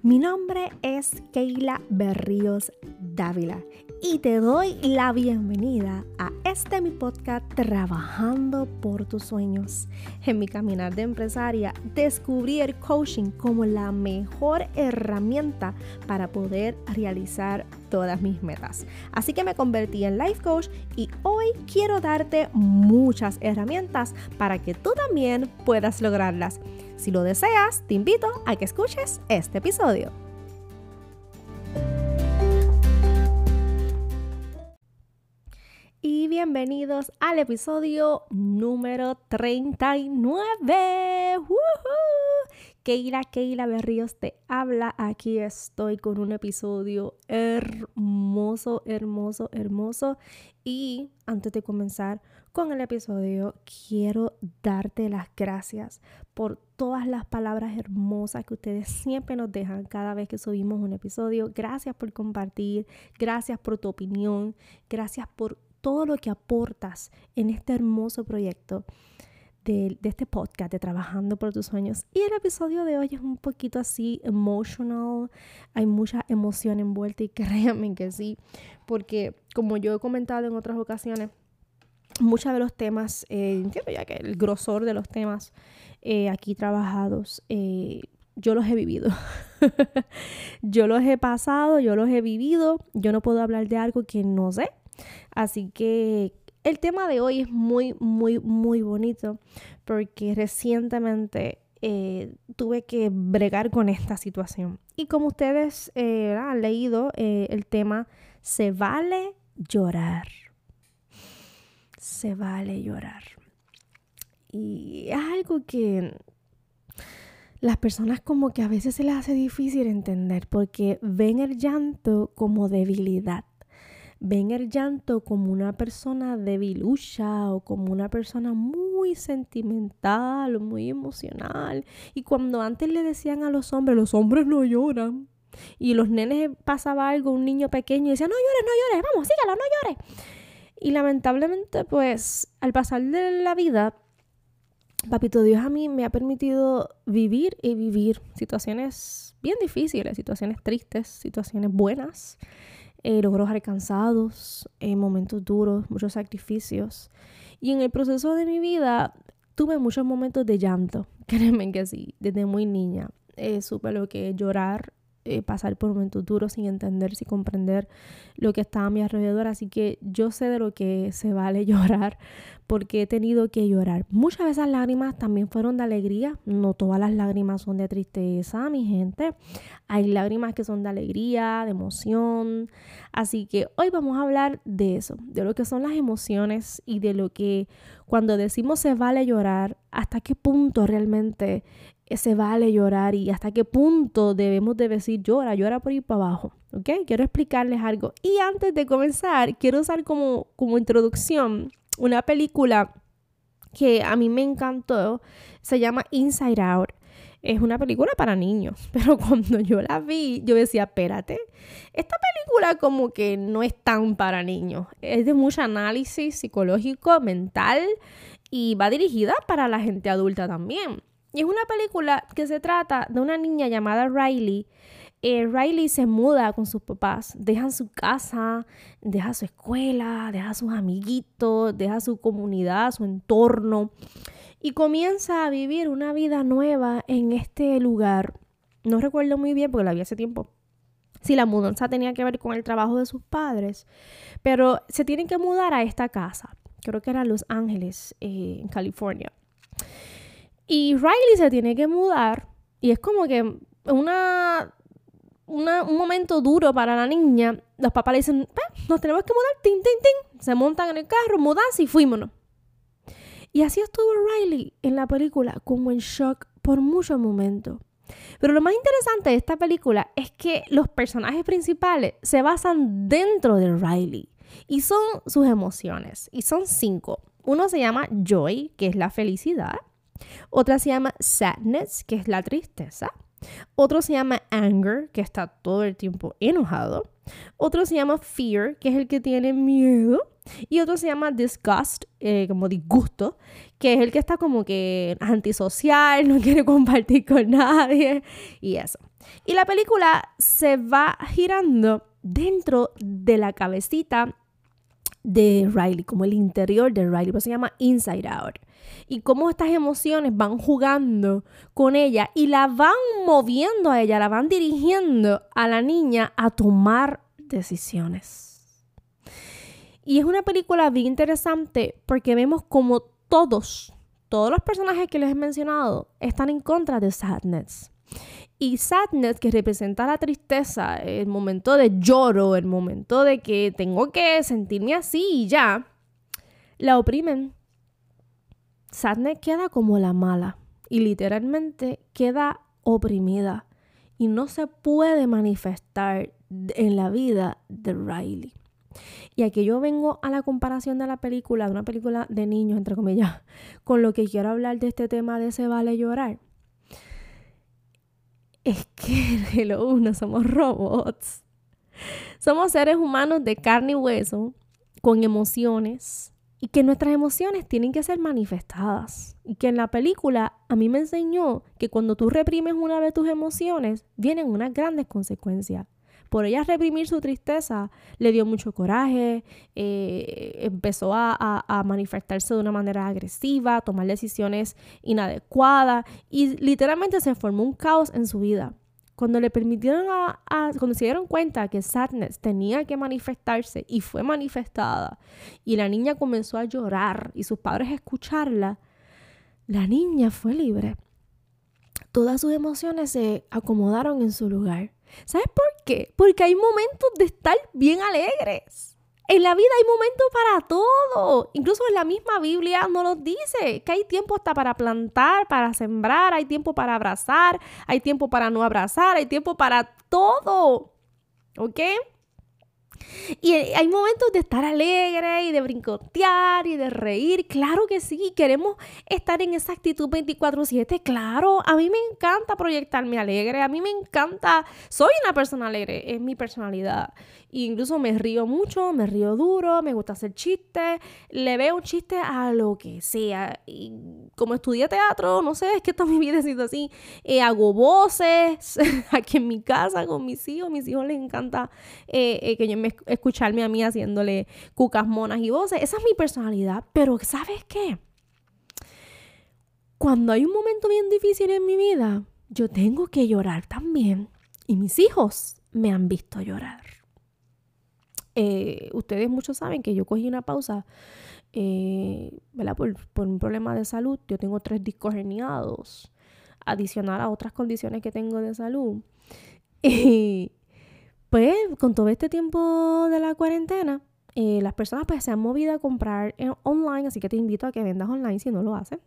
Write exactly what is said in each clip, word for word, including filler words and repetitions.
Mi nombre es Keila Berríos Dávila y te doy la bienvenida a este mi podcast Trabajando por tus sueños. En mi caminar de empresaria descubrí el coaching como la mejor herramienta para poder realizar todas mis metas. Así que me convertí en life coach y hoy quiero darte muchas herramientas para que tú también puedas lograrlas. Si lo deseas, te invito a que escuches este episodio. Y bienvenidos al episodio número treinta y nueve. ¡Woohoo! Keila, Keila Berríos te habla. Aquí estoy con un episodio hermoso, hermoso, hermoso. Y antes de comenzar con el episodio, quiero darte las gracias por todas las palabras hermosas que ustedes siempre nos dejan cada vez que subimos un episodio. Gracias por compartir, gracias por tu opinión, gracias por todo lo que aportas en este hermoso proyecto de, de este podcast de Trabajando por tus sueños. Y el episodio de hoy es un poquito así emotional, hay mucha emoción envuelta y créanme que sí, porque como yo he comentado en otras ocasiones, muchos de los temas, eh, entiendo ya que el grosor de los temas eh, aquí trabajados, eh, yo los he vivido. Yo los he pasado, yo los he vivido. Yo no puedo hablar de algo que no sé. Así que el tema de hoy es muy, muy, muy bonito porque recientemente eh, tuve que bregar con esta situación. Y como ustedes eh, han leído, eh, el tema se vale llorar. Se vale llorar. Y es algo que las personas como que a veces se les hace difícil entender porque ven el llanto como debilidad. Ven el llanto como una persona debilucha o como una persona muy sentimental o muy emocional. Y cuando antes le decían a los hombres, los hombres no lloran. Y los nenes pasaba algo, un niño pequeño y decía, no llores, no llores, vamos, sígalo, no llores. Y lamentablemente, pues, al pasar de la vida, Papito Dios a mí me ha permitido vivir y vivir situaciones bien difíciles, situaciones tristes, situaciones buenas, eh, logros alcanzados, eh, momentos duros, muchos sacrificios. Y en el proceso de mi vida tuve muchos momentos de llanto, créanme que sí, desde muy niña. Eh, supe lo que es llorar, eh, pasar por momentos duros sin entender, sin comprender lo que estaba a mi alrededor. Así que yo sé de lo que se vale llorar porque he tenido que llorar. Muchas de esas lágrimas también fueron de alegría. No todas las lágrimas son de tristeza, mi gente. Hay lágrimas que son de alegría, de emoción. Así que hoy vamos a hablar de eso, de lo que son las emociones y de lo que cuando decimos se vale llorar, hasta qué punto realmente se vale llorar y hasta qué punto debemos de decir llora, llora por ir para abajo, ¿ok? Quiero explicarles algo. Y antes de comenzar, quiero usar como, como introducción una película que a mí me encantó. Se llama Inside Out. Es una película para niños, pero cuando yo la vi, yo decía, espérate, esta película como que no es tan para niños. Es de mucho análisis psicológico, mental y va dirigida para la gente adulta también. Y es una película que se trata de una niña llamada Riley. Eh, Riley se muda con sus papás, dejan su casa, deja su escuela, deja sus amiguitos, deja su comunidad, su entorno y comienza a vivir una vida nueva en este lugar. No recuerdo muy bien porque la vi hace tiempo. Si la mudanza tenía que ver con el trabajo de sus padres, pero se tienen que mudar a esta casa. Creo que era Los Ángeles, eh, en California. Y Riley se tiene que mudar y es como que una, una, un momento duro para la niña. Los papás le dicen, nos tenemos que mudar, tin, tin, tin. Se montan en el carro, mudanza y fuímonos. Y así estuvo Riley en la película, como en shock por muchos momentos. Pero lo más interesante de esta película es que los personajes principales se basan dentro de Riley y son sus emociones. Y son cinco. Uno se llama Joy, que es la felicidad. Otra se llama Sadness, que es la tristeza. Otro se llama Anger, que está todo el tiempo enojado. Otro se llama Fear, que es el que tiene miedo. Y otro se llama Disgust, eh, como disgusto, que es el que está como que antisocial, no quiere compartir con nadie y eso. Y la película se va girando dentro de la cabecita de Riley, como el interior de Riley, por eso se llama Inside Out. Y cómo estas emociones van jugando con ella y la van moviendo a ella, la van dirigiendo a la niña a tomar decisiones. Y es una película bien interesante porque vemos como todos, todos los personajes que les he mencionado están en contra de Sadness. Y Sadness, que representa la tristeza, el momento de lloro, el momento de que tengo que sentirme así y ya, la oprimen. Sadness queda como la mala y literalmente queda oprimida y no se puede manifestar en la vida de Riley. Y aquí yo vengo a la comparación de la película, de una película de niños, entre comillas, con lo que quiero hablar de este tema de Se Vale Llorar. Es que, hello, no somos robots. Somos seres humanos de carne y hueso, con emociones, y que nuestras emociones tienen que ser manifestadas. Y que en la película a mí me enseñó que cuando tú reprimes una de tus emociones, vienen unas grandes consecuencias. Por ella reprimir su tristeza, le dio mucho coraje, eh, empezó a, a, a manifestarse de una manera agresiva, tomar decisiones inadecuadas y literalmente se formó un caos en su vida. Cuando le permitieron a, a, cuando se dieron cuenta que Sadness tenía que manifestarse y fue manifestada y la niña comenzó a llorar y sus padres a escucharla, la niña fue libre. Todas sus emociones se acomodaron en su lugar. ¿Sabes por qué? Porque hay momentos de estar bien alegres. En la vida hay momentos para todo. Incluso en la misma Biblia nos lo dice, que hay tiempo hasta para plantar, para sembrar, hay tiempo para abrazar, hay tiempo para no abrazar, hay tiempo para todo. ¿Ok? Y hay momentos de estar alegre y de brincotear y de reír. Claro que sí, queremos estar en esa actitud veinticuatro siete. Claro, a mí me encanta proyectarme alegre. A mí me encanta, soy una persona alegre, es mi personalidad. E incluso me río mucho, me río duro, me gusta hacer chistes. Le veo un chiste a lo que sea. Y como estudié teatro, no sé, es que toda mi vida ha sido así. Eh, hago voces aquí en mi casa con mis hijos. Mis hijos les encanta eh, eh, que yo me escucharme a mí haciéndole cucas, monas y voces. Esa es mi personalidad. Pero ¿sabes qué? Cuando hay un momento bien difícil en mi vida, yo tengo que llorar también. Y mis hijos me han visto llorar. Eh, ustedes muchos saben que yo cogí una pausa eh, ¿verdad? Por, por un problema de salud. Yo tengo tres discos herniados, adicional a otras condiciones que tengo de salud. Y pues con todo este tiempo de la cuarentena, eh, las personas pues se han movido a comprar en, online, así que te invito a que vendas online si no lo haces.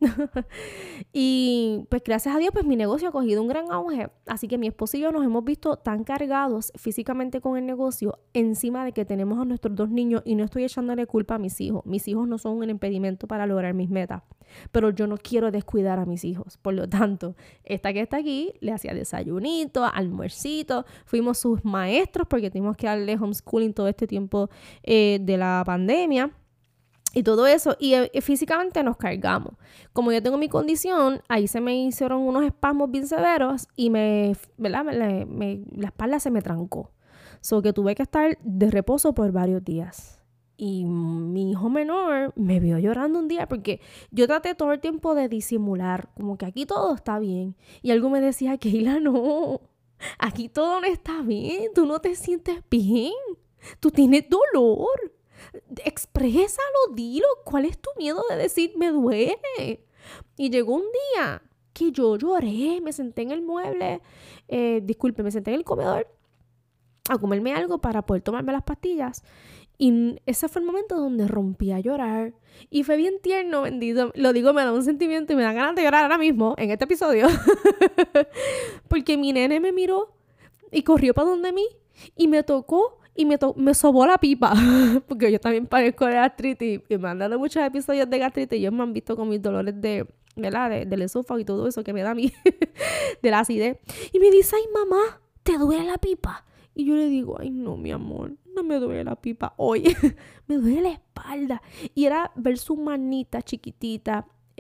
Y pues gracias a Dios pues mi negocio ha cogido un gran auge, así que mi esposo y yo nos hemos visto tan cargados físicamente con el negocio encima de que tenemos a nuestros dos niños y no estoy echándole culpa a mis hijos. Mis hijos no son un impedimento para lograr mis metas, pero yo no quiero descuidar a mis hijos. Por lo tanto, esta que está aquí le hacía desayunito, almuercito, fuimos sus maestros porque tuvimos que darle homeschooling todo este tiempo eh, de la pandemia y todo eso, y eh, físicamente nos cargamos. Como yo tengo mi condición, ahí se me hicieron unos espasmos bien severos y me, ¿verdad? Me, me, la espalda se me trancó. So que tuve que estar de reposo por varios días. Y mi hijo menor me vio llorando un día porque yo traté todo el tiempo de disimular, como que aquí todo está bien. Y algo me decía, Keila, no, aquí todo no está bien, tú no te sientes bien, tú tienes dolor. Exprésalo, dilo, ¿cuál es tu miedo de decir me duele? Y llegó un día que yo lloré, me senté en el mueble, eh, disculpe, me senté en el comedor a comerme algo para poder tomarme las pastillas. Y ese fue el momento donde rompí a llorar. Y fue bien tierno, bendito. Lo digo, me da un sentimiento y me da ganas de llorar ahora mismo, en este episodio. Porque mi nene me miró y corrió para donde mí y me tocó y me, to- me sobó la pipa. Porque yo también padezco de gastritis y me han dado muchos episodios de gastritis. Ellos me han visto con mis dolores de, ¿verdad? De, del esófago y todo eso que me da a mí, de la acidez. Y me dice, ay, mamá, ¿te duele la pipa? Y yo le digo, ay, no, mi amor, no me duele la pipa hoy. Me duele la espalda. Y era ver su manita chiquitita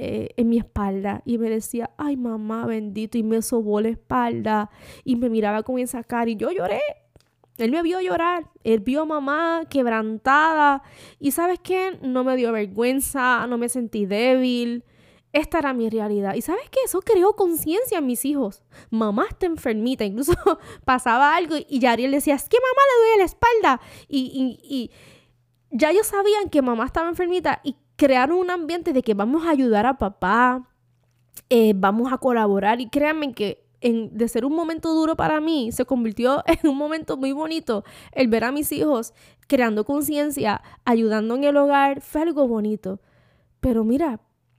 eh, en mi espalda y me decía, ay mamá, bendito, y me sobó la espalda y me miraba con esa cara y yo lloré. Él me vio llorar, él vio a mamá quebrantada y ¿sabes qué? No me dio vergüenza, no me sentí débil. Esta era mi realidad. ¿Y sabes qué? Eso creó conciencia en mis hijos. Mamá está enfermita. Incluso pasaba algo y Yariel decía, es que mamá le duele la espalda. Y, y, y ya ellos sabían que mamá estaba enfermita y crearon un ambiente de que vamos a ayudar a papá, eh, vamos a colaborar. Y créanme que en, de ser un momento duro para mí, se convirtió en un momento muy bonito. El ver a mis hijos creando conciencia, ayudando en el hogar, fue algo bonito. Pero mira,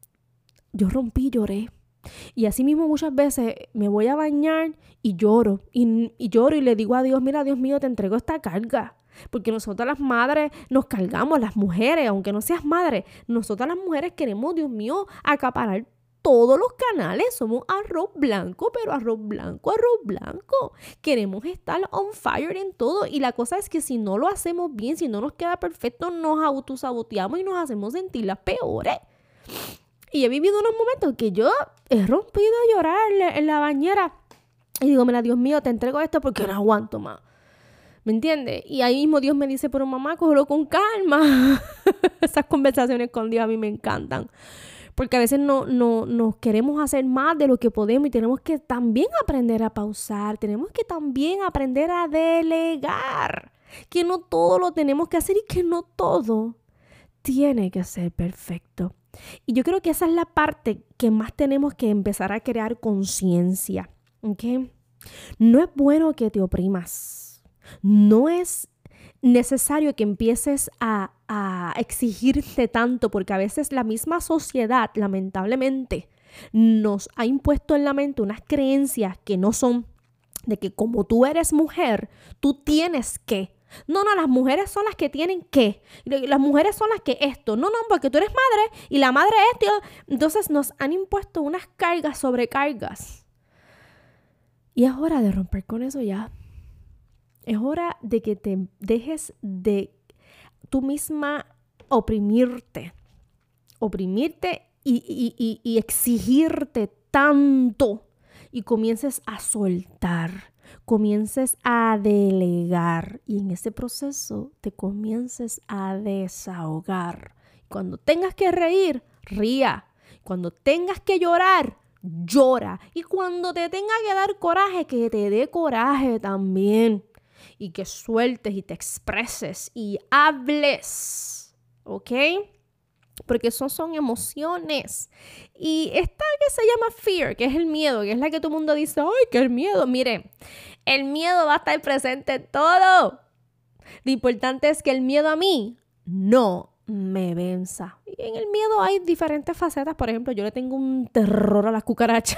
yo rompí, lloré. Y así mismo muchas veces me voy a bañar y lloro. Y, y lloro y le digo a Dios, mira, Dios mío, te entrego esta carga. Porque nosotras las madres nos cargamos, las mujeres, aunque no seas madre, nosotras las mujeres queremos, Dios mío, acaparar todos los canales. Somos arroz blanco, pero arroz blanco, arroz blanco. Queremos estar on fire en todo. Y la cosa es que si no lo hacemos bien, si no nos queda perfecto, nos autosaboteamos y nos hacemos sentir las peores. Y he vivido unos momentos que yo he rompido a llorar en la bañera. Y digo, mira, Dios mío, te entrego esto porque no aguanto más. ¿Me entiendes? Y ahí mismo Dios me dice, pero mamá, cógelo con calma. Esas conversaciones con Dios a mí me encantan. Porque a veces no, no, nos queremos hacer más de lo que podemos y tenemos que también aprender a pausar. Tenemos que también aprender a delegar. Que no todo lo tenemos que hacer y que no todo tiene que ser perfecto. Y yo creo que esa es la parte que más tenemos que empezar a crear conciencia, ¿ok? No es bueno que te oprimas. No es necesario que empieces a, a exigirte tanto, porque a veces la misma sociedad, lamentablemente, nos ha impuesto en la mente unas creencias que no son de que como tú eres mujer, tú tienes que. No, no, las mujeres son las que tienen que. Las mujeres son las que esto. No, no, porque tú eres madre y la madre es esto. Entonces nos han impuesto unas cargas sobre cargas. Y es hora de romper con eso ya. Es hora de que te dejes de tú misma oprimirte. Oprimirte y, y, y, y exigirte tanto. Y comiences a soltar. Comiences a delegar y en ese proceso te comiences a desahogar. Cuando tengas que reír, ría. Cuando tengas que llorar, llora. Y cuando te tenga que dar coraje, que te dé coraje también. Y que sueltes y te expreses y hables. ¿Ok? Porque eso son emociones. Y esta que se llama fear, que es el miedo, que es la que todo el mundo dice, ¡ay, qué el miedo! Mire, el miedo va a estar presente en todo. Lo importante es que el miedo a mí no me venza. Y en el miedo hay diferentes facetas. Por ejemplo, yo le tengo un terror a las cucarachas.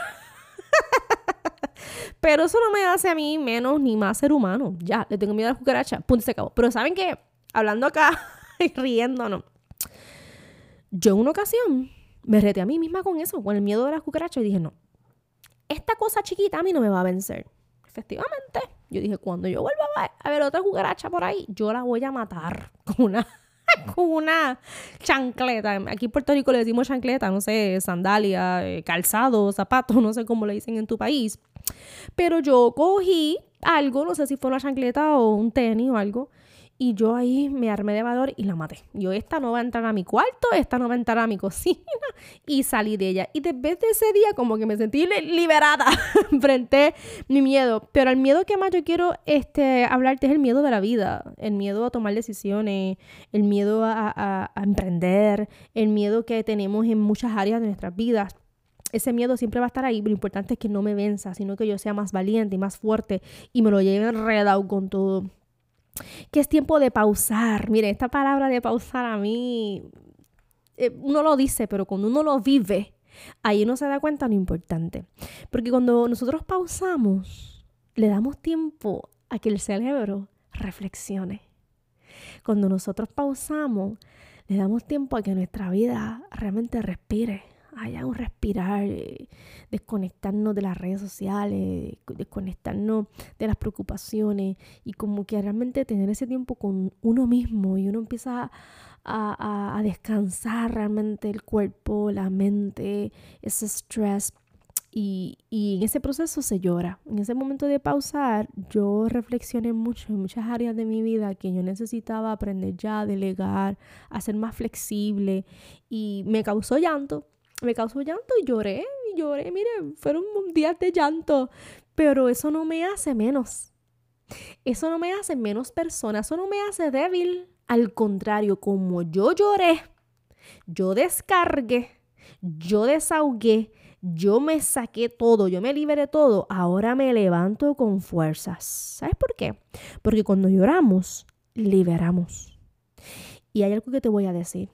Pero eso no me hace a mí menos ni más ser humano. Ya, le tengo miedo a las cucarachas. Punto y se acabó. Pero ¿saben qué? Hablando acá y riéndonos. Yo en una ocasión me reté a mí misma con eso, con el miedo de las cucarachas. Y dije, no, esta cosa chiquita a mí no me va a vencer. Efectivamente, yo dije, cuando yo vuelva a ver, a ver otra cucaracha por ahí, yo la voy a matar con una, con una chancleta. Aquí en Puerto Rico le decimos chancleta, no sé, sandalia, calzado, zapatos, no sé cómo le dicen en tu país. Pero yo cogí algo, no sé si fue una chancleta o un tenis o algo, y yo ahí me armé de valor y la maté. Yo, esta no va a entrar a mi cuarto, esta no va a entrar a mi cocina. Y salí de ella. Y desde ese día como que me sentí liberada. Enfrenté mi miedo. Pero el miedo que más yo quiero este, hablarte es el miedo de la vida. El miedo a tomar decisiones. El miedo a, a, a emprender. El miedo que tenemos en muchas áreas de nuestras vidas. Ese miedo siempre va a estar ahí. Lo importante es que no me venza, sino que yo sea más valiente y más fuerte. Y me lo lleve enredado con todo. Que es tiempo de pausar. Mire, esta palabra de pausar a mí, eh, uno lo dice, pero cuando uno lo vive, ahí uno se da cuenta de lo importante. Porque cuando nosotros pausamos, le damos tiempo a que el cerebro reflexione. Cuando nosotros pausamos, le damos tiempo a que nuestra vida realmente respire. Haya un respirar, eh, desconectarnos de las redes sociales, desconectarnos de las preocupaciones y como que realmente tener ese tiempo con uno mismo y uno empieza a, a, a descansar realmente el cuerpo, la mente, ese estrés. Y, y en ese proceso se llora. En ese momento de pausar, yo reflexioné mucho en muchas áreas de mi vida que yo necesitaba aprender ya a delegar, a ser más flexible. Y me causó llanto. Me causó llanto y lloré, y lloré. Mire, fueron días de llanto. Pero eso no me hace menos. Eso no me hace menos persona. Eso no me hace débil. Al contrario, como yo lloré, yo descargué, yo desahogué, yo me saqué todo, yo me liberé todo, ahora me levanto con fuerzas. ¿Sabes por qué? Porque cuando lloramos, liberamos. Y hay algo que te voy a decir.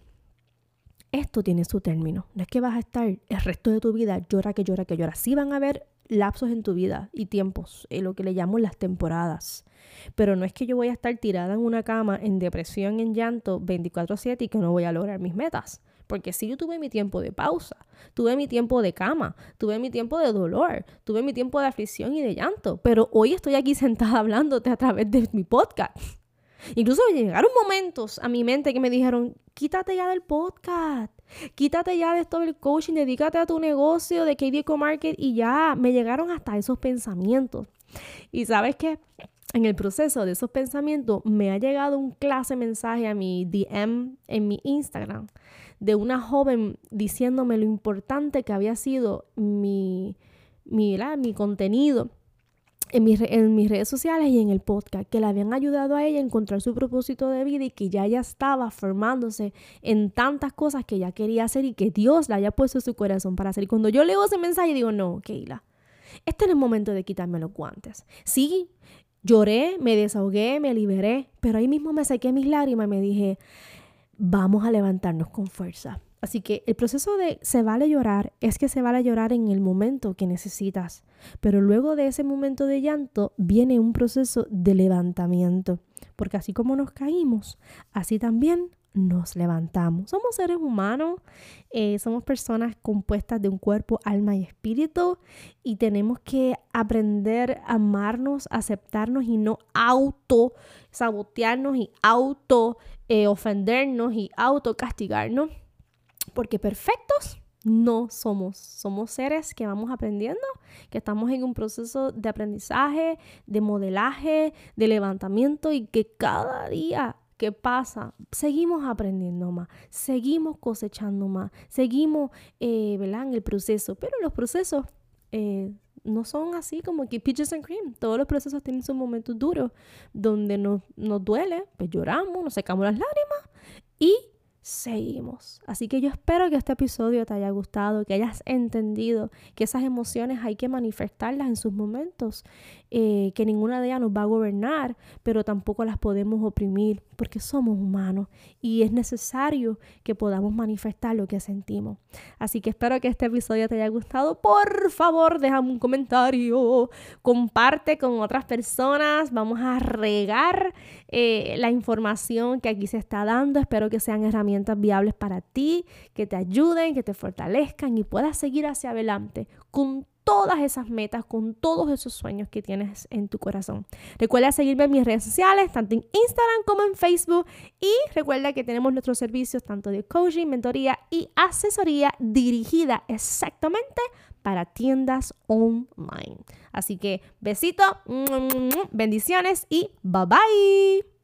Esto tiene su término. No es que vas a estar el resto de tu vida llora, que llora, que llora. Sí van a haber lapsos en tu vida y tiempos, eh, lo que le llamo las temporadas. Pero no es que yo voy a estar tirada en una cama, en depresión, en llanto, veinticuatro siete y que no voy a lograr mis metas. Porque sí, yo tuve mi tiempo de pausa, tuve mi tiempo de cama, tuve mi tiempo de dolor, tuve mi tiempo de aflicción y de llanto. Pero hoy estoy aquí sentada hablándote a través de mi podcast. Incluso llegaron momentos a mi mente que me dijeron, quítate ya del podcast, quítate ya de esto del coaching, dedícate a tu negocio de K D Eco Market y ya. Me llegaron hasta esos pensamientos. Y ¿sabes qué? En el proceso de esos pensamientos me ha llegado un clase mensaje a mi D M en mi Instagram de una joven diciéndome lo importante que había sido mi, mi, mi contenido en mis, en mis redes sociales y en el podcast, que le habían ayudado a ella a encontrar su propósito de vida y que ya ella estaba formándose en tantas cosas que ella quería hacer y que Dios la haya puesto en su corazón para hacer. Y cuando yo leo ese mensaje digo, no, Keila, este no es el momento de quitarme los guantes. Sí, lloré, me desahogué, me liberé, pero ahí mismo me saqué mis lágrimas y me dije, vamos a levantarnos con fuerza. Así que el proceso de se vale llorar es que se vale llorar en el momento que necesitas. Pero luego de ese momento de llanto viene un proceso de levantamiento. Porque así como nos caímos, así también nos levantamos. Somos seres humanos, eh, somos personas compuestas de un cuerpo, alma y espíritu. Y tenemos que aprender a amarnos, aceptarnos y no auto sabotearnos y auto eh, ofendernos y auto castigarnos. Porque perfectos no somos. Somos seres que vamos aprendiendo, que estamos en un proceso de aprendizaje, de modelaje, de levantamiento y que cada día que pasa seguimos aprendiendo más, seguimos cosechando más, seguimos eh, ¿verdad? En el proceso. Pero los procesos eh, no son así como que peaches and cream. Todos los procesos tienen sus momentos duros donde nos, nos duele, pues lloramos, nos secamos las lágrimas y seguimos. Así que yo espero que este episodio te haya gustado, que hayas entendido que esas emociones hay que manifestarlas en sus momentos, eh, que ninguna de ellas nos va a gobernar, pero tampoco las podemos oprimir porque somos humanos y es necesario que podamos manifestar lo que sentimos. Así que espero que este episodio te haya gustado. Por favor, déjame un comentario, comparte con otras personas, vamos a regar eh, la información que aquí se está dando. Espero que sean herramientas viables para ti, que te ayuden, que te fortalezcan y puedas seguir hacia adelante con todas esas metas, con todos esos sueños que tienes en tu corazón. Recuerda seguirme en mis redes sociales, tanto en Instagram como en Facebook, y recuerda que tenemos nuestros servicios tanto de coaching, mentoría y asesoría dirigida exactamente para tiendas online. Así que besito, bendiciones y bye bye.